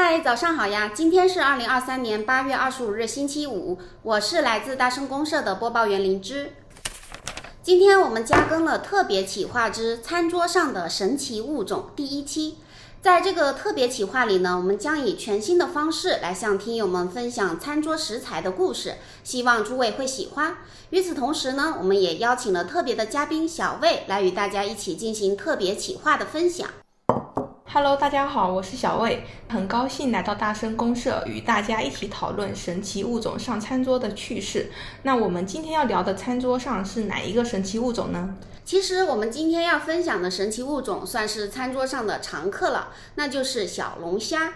嗨，早上好呀！今天是2023年8月25日星期五，我是来自大声公社的播报员灵芝。今天我们加更了特别企划之餐桌上的神奇物种第1期。在这个特别企划里呢，我们将以全新的方式来向听友们分享餐桌食材的故事，希望诸位会喜欢。与此同时呢，我们也邀请了特别的嘉宾小魏来与大家一起进行特别企划的分享。 Hello， 大家好，我是小魏，很高兴来到大声公社，与大家一起讨论神奇物种上餐桌的趣事。那我们今天要聊的餐桌上是哪一个神奇物种呢？ 其实我们今天要分享的神奇物种算是餐桌上的常客了，那就是小龙虾。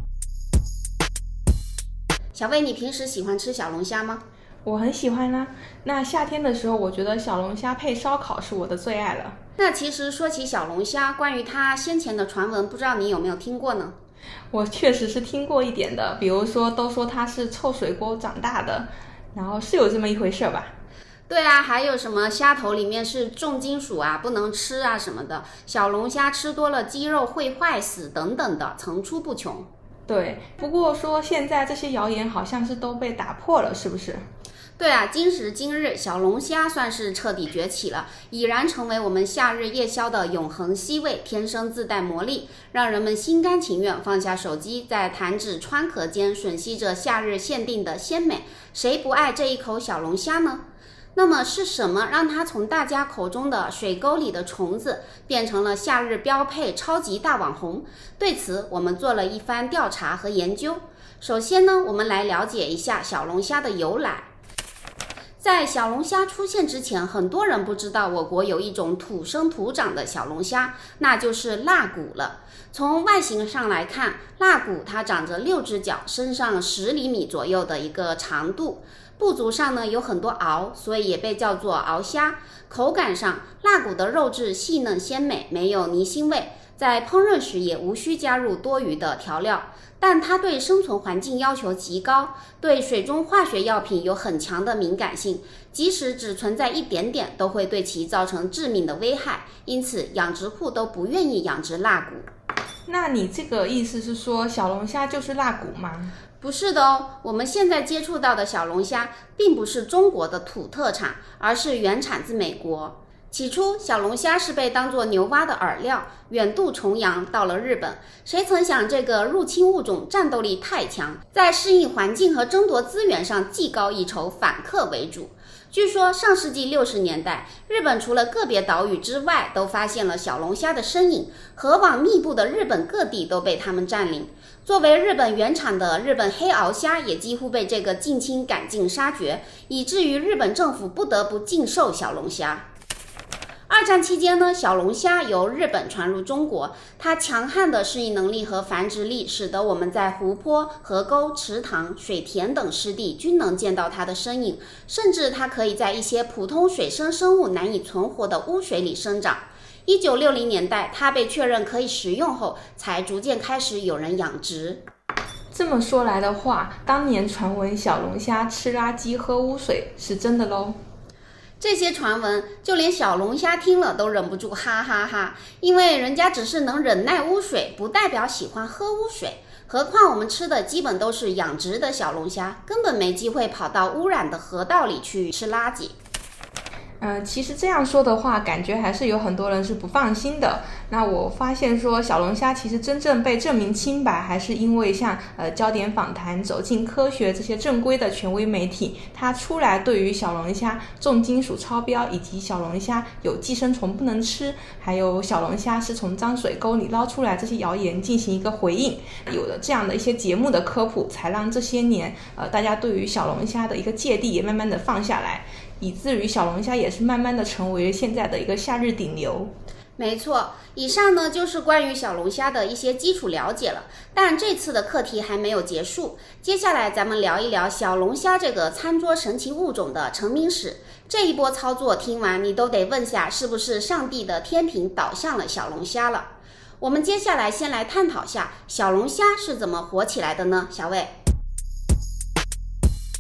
小魏，你平时喜欢吃小龙虾吗？ 我很喜欢啦。那夏天的时候，我觉得小龙虾配烧烤是我的最爱了。 那其实说起小龙虾，关于它先前的传闻，不知道你有没有听过呢？ 我确实是听过一点的，比如说都说它是臭水沟长大的，然后是有这么一回事吧？ 对啊，还有什么虾头里面是重金属啊，不能吃啊什么的，小龙虾吃多了肌肉会坏死等等的，层出不穷。 对，不过说现在这些谣言好像是都被打破了，是不是？ 对啊，今时今日，小龙虾算是彻底崛起了，已然成为我们夏日夜宵的永恒C位，天生自带魔力，让人们心甘情愿放下手机，在弹指川壳间吮吸着夏日限定的鲜美。谁不爱这一口小龙虾呢？那么是什么让它从大家口中的水沟里的虫子变成了夏日标配超级大网红？对此，我们做了一番调查和研究。首先呢，我们来了解一下小龙虾的由来。在小龙虾出现之前，很多人不知道我国有一种土生土长的小龙虾，那就是腊骨了。从外形上来看，腊骨它长着6只脚，身上10厘米左右的一个长度，部足上呢有很多螯，所以也被叫做螯虾。口感上，腊骨的肉质细嫩鲜美，没有泥腥味，在烹饪时也无需加入多余的调料。但它对生存环境要求极高，对水中化学药品有很强的敏感性，即使只存在一点点，都会对其造成致命的危害，因此养殖户都不愿意养殖腊骨。 那你这个意思是说小龙虾就是腊骨吗？ 不是的哦，我们现在接触到的小龙虾并不是中国的土特产，而是原产自美国。起初，小龙虾是被当作牛蛙的饵料，远渡重洋到了日本。谁曾想这个入侵物种战斗力太强，在适应环境和争夺资源上技高一筹，反客为主。据说上世纪60年代，日本除了个别岛屿之外，都发现了小龙虾的身影，河网密布的日本各地都被他们占领。作为日本原产的日本黑螯虾也几乎被这个近亲赶尽杀绝，以至于日本政府不得不禁售小龙虾。二战期间呢，小龙虾由日本传入中国，它强悍的适应能力和繁殖力，使得我们在湖泊、河沟、池塘、水田等湿地均能见到它的身影，甚至它可以在一些普通水生生物难以存活的污水里生长。1960年代，它被确认可以食用后，才逐渐开始有人养殖。 这么说来的话，当年传闻小龙虾吃垃圾喝污水是真的咯。 这些传闻，就连小龙虾听了都忍不住哈哈哈，因为人家只是能忍耐污水，不代表喜欢喝污水。何况我们吃的基本都是养殖的小龙虾，根本没机会跑到污染的河道里去吃垃圾。 其实这样说的话，感觉还是有很多人是不放心的。那我发现说小龙虾其实真正被证明清白，还是因为像焦点访谈、走进科学这些正规的权威媒体，它出来对于小龙虾重金属超标，以及小龙虾有寄生虫不能吃，还有小龙虾是从脏水沟里捞出来这些谣言进行一个回应。有了这样的一些节目的科普，才让这些年大家对于小龙虾的一个芥蒂也慢慢的放下来，以至于小龙虾也是慢慢的成为现在的一个夏日顶流。 没错，以上呢就是关于小龙虾的一些基础了解了，但这次的课题还没有结束。接下来咱们聊一聊小龙虾这个餐桌神奇物种的成名史。这一波操作听完，你都得问下是不是上帝的天平倒向了小龙虾了。我们接下来先来探讨下小龙虾是怎么火起来的呢？小魏。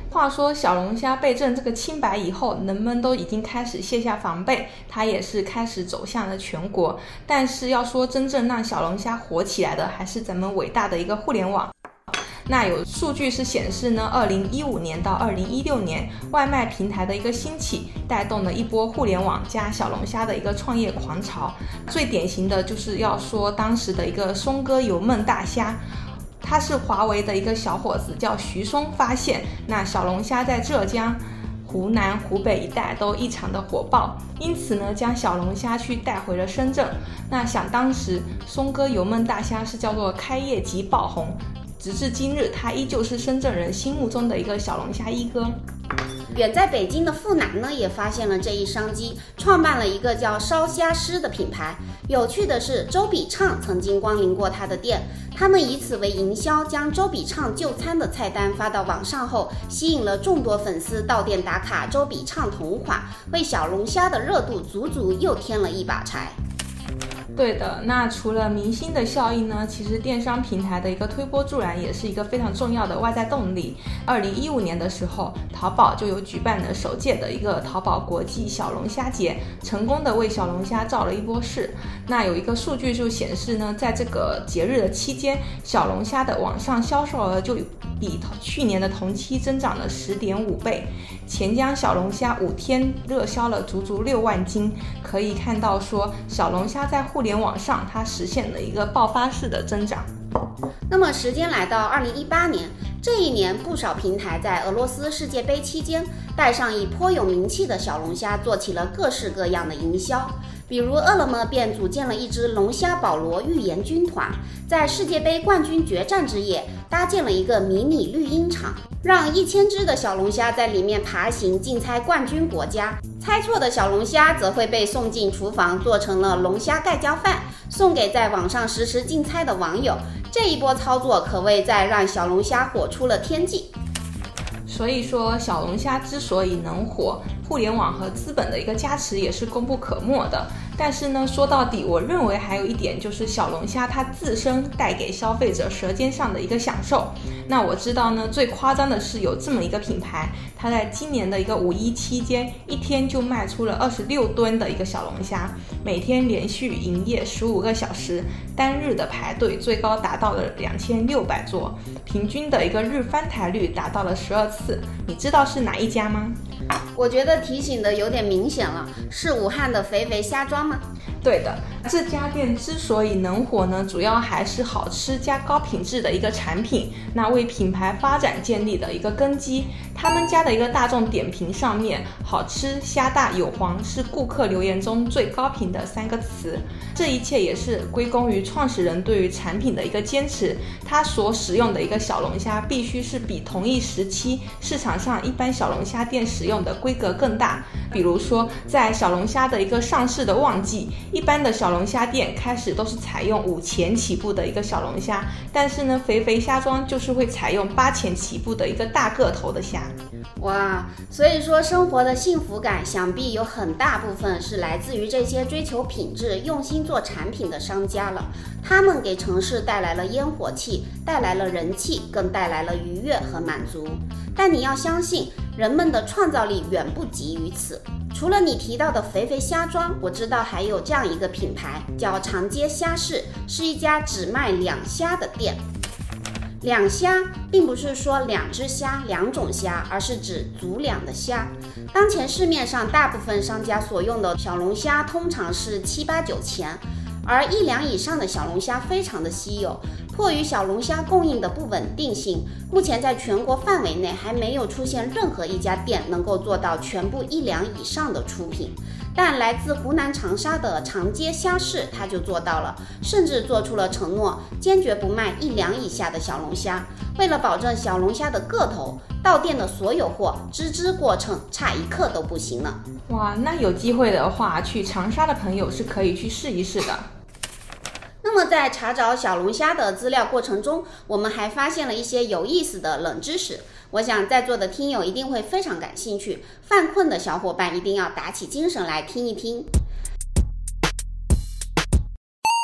话说小龙虾被证这个清白以后，人们都已经开始卸下防备，它也是开始走向了全国。但是要说真正让小龙虾火起来的，还是咱们伟大的一个互联网。那有数据是显示呢，2015年到2016年，外卖平台的一个兴起，带动了一波互联网加小龙虾的一个创业狂潮。最典型的就是要说当时的一个松哥油焖大虾，他是华为的一个小伙子叫徐松发现，那小龙虾在浙江、湖南、湖北一带都异常的火爆，因此呢，将小龙虾去带回了深圳。那想当时松哥油焖大虾是叫做开业即爆红，直至今日，他依旧是深圳人心目中的一个小龙虾一哥。 远在北京的傅南呢，也发现了这一商机，创办了一个叫烧虾师的品牌。有趣的是，周笔畅曾经光临过他的店，他们以此为营销，将周笔畅就餐的菜单发到网上后，吸引了众多粉丝到店打卡周笔畅同款，为小龙虾的热度足足又添了一把柴。 对的，那除了明星的效应呢，其实电商平台的一个推波助澜也是一个非常重要的外在动力。2015年的时候，淘宝就有举办了首届的一个淘宝国际小龙虾节，成功的为小龙虾造了一波势。那有一个数据就显示呢，在这个节日的期间，小龙虾的网上销售额就比去年的同期增长了10.5倍。钱江小龙虾5天热销了足足6万斤，可以看到说小龙虾在互联网上它实现了一个爆发式的增长。 那么时间来到2018年，这一年不少平台在俄罗斯世界杯期间带上以颇有名气的小龙虾做起了各式各样的营销。比如饿了么便组建了一支龙虾保罗预言军团，在世界杯冠军决战之夜搭建了一个迷你绿茵场，让1000只的小龙虾在里面爬行竞猜冠军国家。猜错的小龙虾则会被送进厨房，做成了龙虾盖浇饭，送给在网上实时竞猜的网友。这一波操作可谓在让小龙虾火出了天际。 所以说小龙虾之所以能火，互联网和资本的一个加持也是功不可没的。但是呢，说到底，我认为还有一点就是小龙虾它自身带给消费者舌尖上的一个享受。那我知道呢，最夸张的是有这么一个品牌，它在今年的一个5·1期间，一天就卖出了26吨的一个小龙虾，每天连续营业15个小时，单日的排队最高达到了2600桌，平均的一个日翻台率达到了12次。你知道是哪一家吗？ 我觉得提醒的有点明显了，是武汉的肥肥虾庄吗？ 对的，这家店之所以能火呢，主要还是好吃加高品质的一个产品，那为品牌发展建立的一个根基。他们家的一个大众点评上面，好吃、虾大、有黄是顾客留言中最高频的3个词。这一切也是归功于创始人对于产品的一个坚持，他所使用的一个小龙虾必须是比同一时期市场上一般小龙虾店使用的规格更大。比如说在小龙虾的一个上市的旺季，一般的小龙虾店开始都是采用5000起步的一个小龙虾，但是呢，肥肥虾庄就是会采用8000起步的一个大个头的虾。 哇，所以说生活的幸福感想必有很大部分是来自于这些追求品质、用心做产品的商家了。他们给城市带来了烟火气，带来了人气，更带来了愉悦和满足。但你要相信，人们的创造力远不及于此。除了你提到的肥肥虾庄，我知道还有这样一个品牌叫长街虾市，是一家只卖两虾的店。两虾并不是说2只虾、2种虾，而是指足2的虾。当前市面上大部分商家所用的小龙虾通常是7、8、9钱，而1两以上的小龙虾非常的稀有。迫于小龙虾供应的不稳定性，目前在全国范围内还没有出现任何一家店能够做到全部1两以上的出品。但来自湖南长沙的长街虾市它就做到了，甚至做出了承诺，坚决不卖1两以下的小龙虾。为了保证小龙虾的个头，到店的所有货支支过秤，差1克都不行了。 哇，那有机会的话，去长沙的朋友是可以去试一试的。 那么在查找小龙虾的资料过程中，我们还发现了一些有意思的冷知识，我想在座的听友一定会非常感兴趣，犯困的小伙伴一定要打起精神来听一听。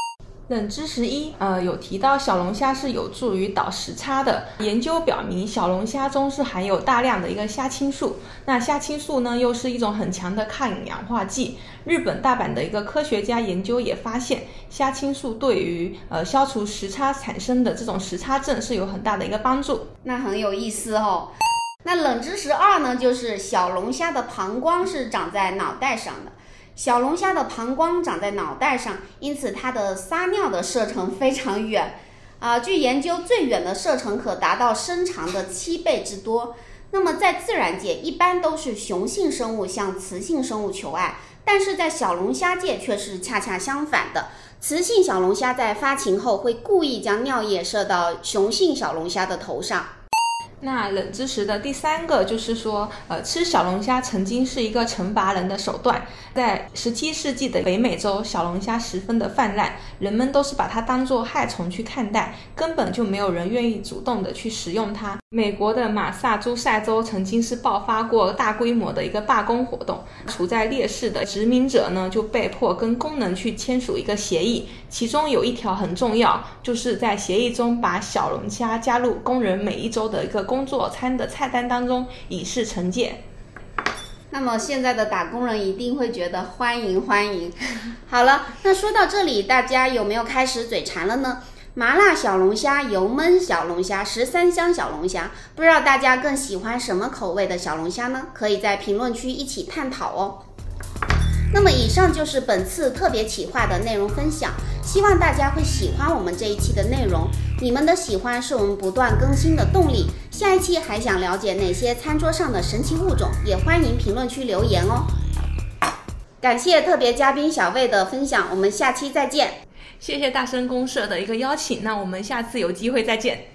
冷知识一，有提到小龙虾是有助于倒时差的。研究表明，小龙虾中是含有大量的一个虾青素。那虾青素呢，又是一种很强的抗氧化剂。日本大阪的一个科学家研究也发现，虾青素对于消除时差产生的这种时差症是有很大的一个帮助。 那很有意思哦。那冷知识二呢，就是小龙虾的膀胱是长在脑袋上的。小龙虾的膀胱长在脑袋上，因此它的撒尿的射程非常远。据研究，最远的射程可达到身长的7倍之多。那么在自然界，一般都是雄性生物向雌性生物求爱，但是在小龙虾界却是恰恰相反的。雌性小龙虾在发情后会故意将尿液射到雄性小龙虾的头上。 那冷知识的第三个就是说，吃小龙虾曾经是一个惩罚人的手段。在17世纪的北美洲，小龙虾十分的泛滥，人们都是把它当作害虫去看待，根本就没有人愿意主动的去食用它。美国的马萨诸塞州曾经是爆发过大规模的一个罢工活动，处在劣势的殖民者呢就被迫跟工人去签署一个协议，其中有一条很重要，就是在协议中把小龙虾加入工人每一周的一个工作餐的菜单当中，以示惩戒。 那么现在的打工人一定会觉得欢迎欢迎。好了，那说到这里，大家有没有开始嘴馋了呢？麻辣小龙虾、油焖小龙虾、13香小龙虾，不知道大家更喜欢什么口味的小龙虾呢？可以在评论区一起探讨哦。那么以上就是本次特别企划的内容分享，希望大家会喜欢我们这一期的内容。你们的喜欢是我们不断更新的动力。下一期还想了解哪些餐桌上的神奇物种，也欢迎评论区留言哦。感谢特别嘉宾小魏的分享，我们下期再见。 谢谢大声公社的一个邀请，那我们下次有机会再见。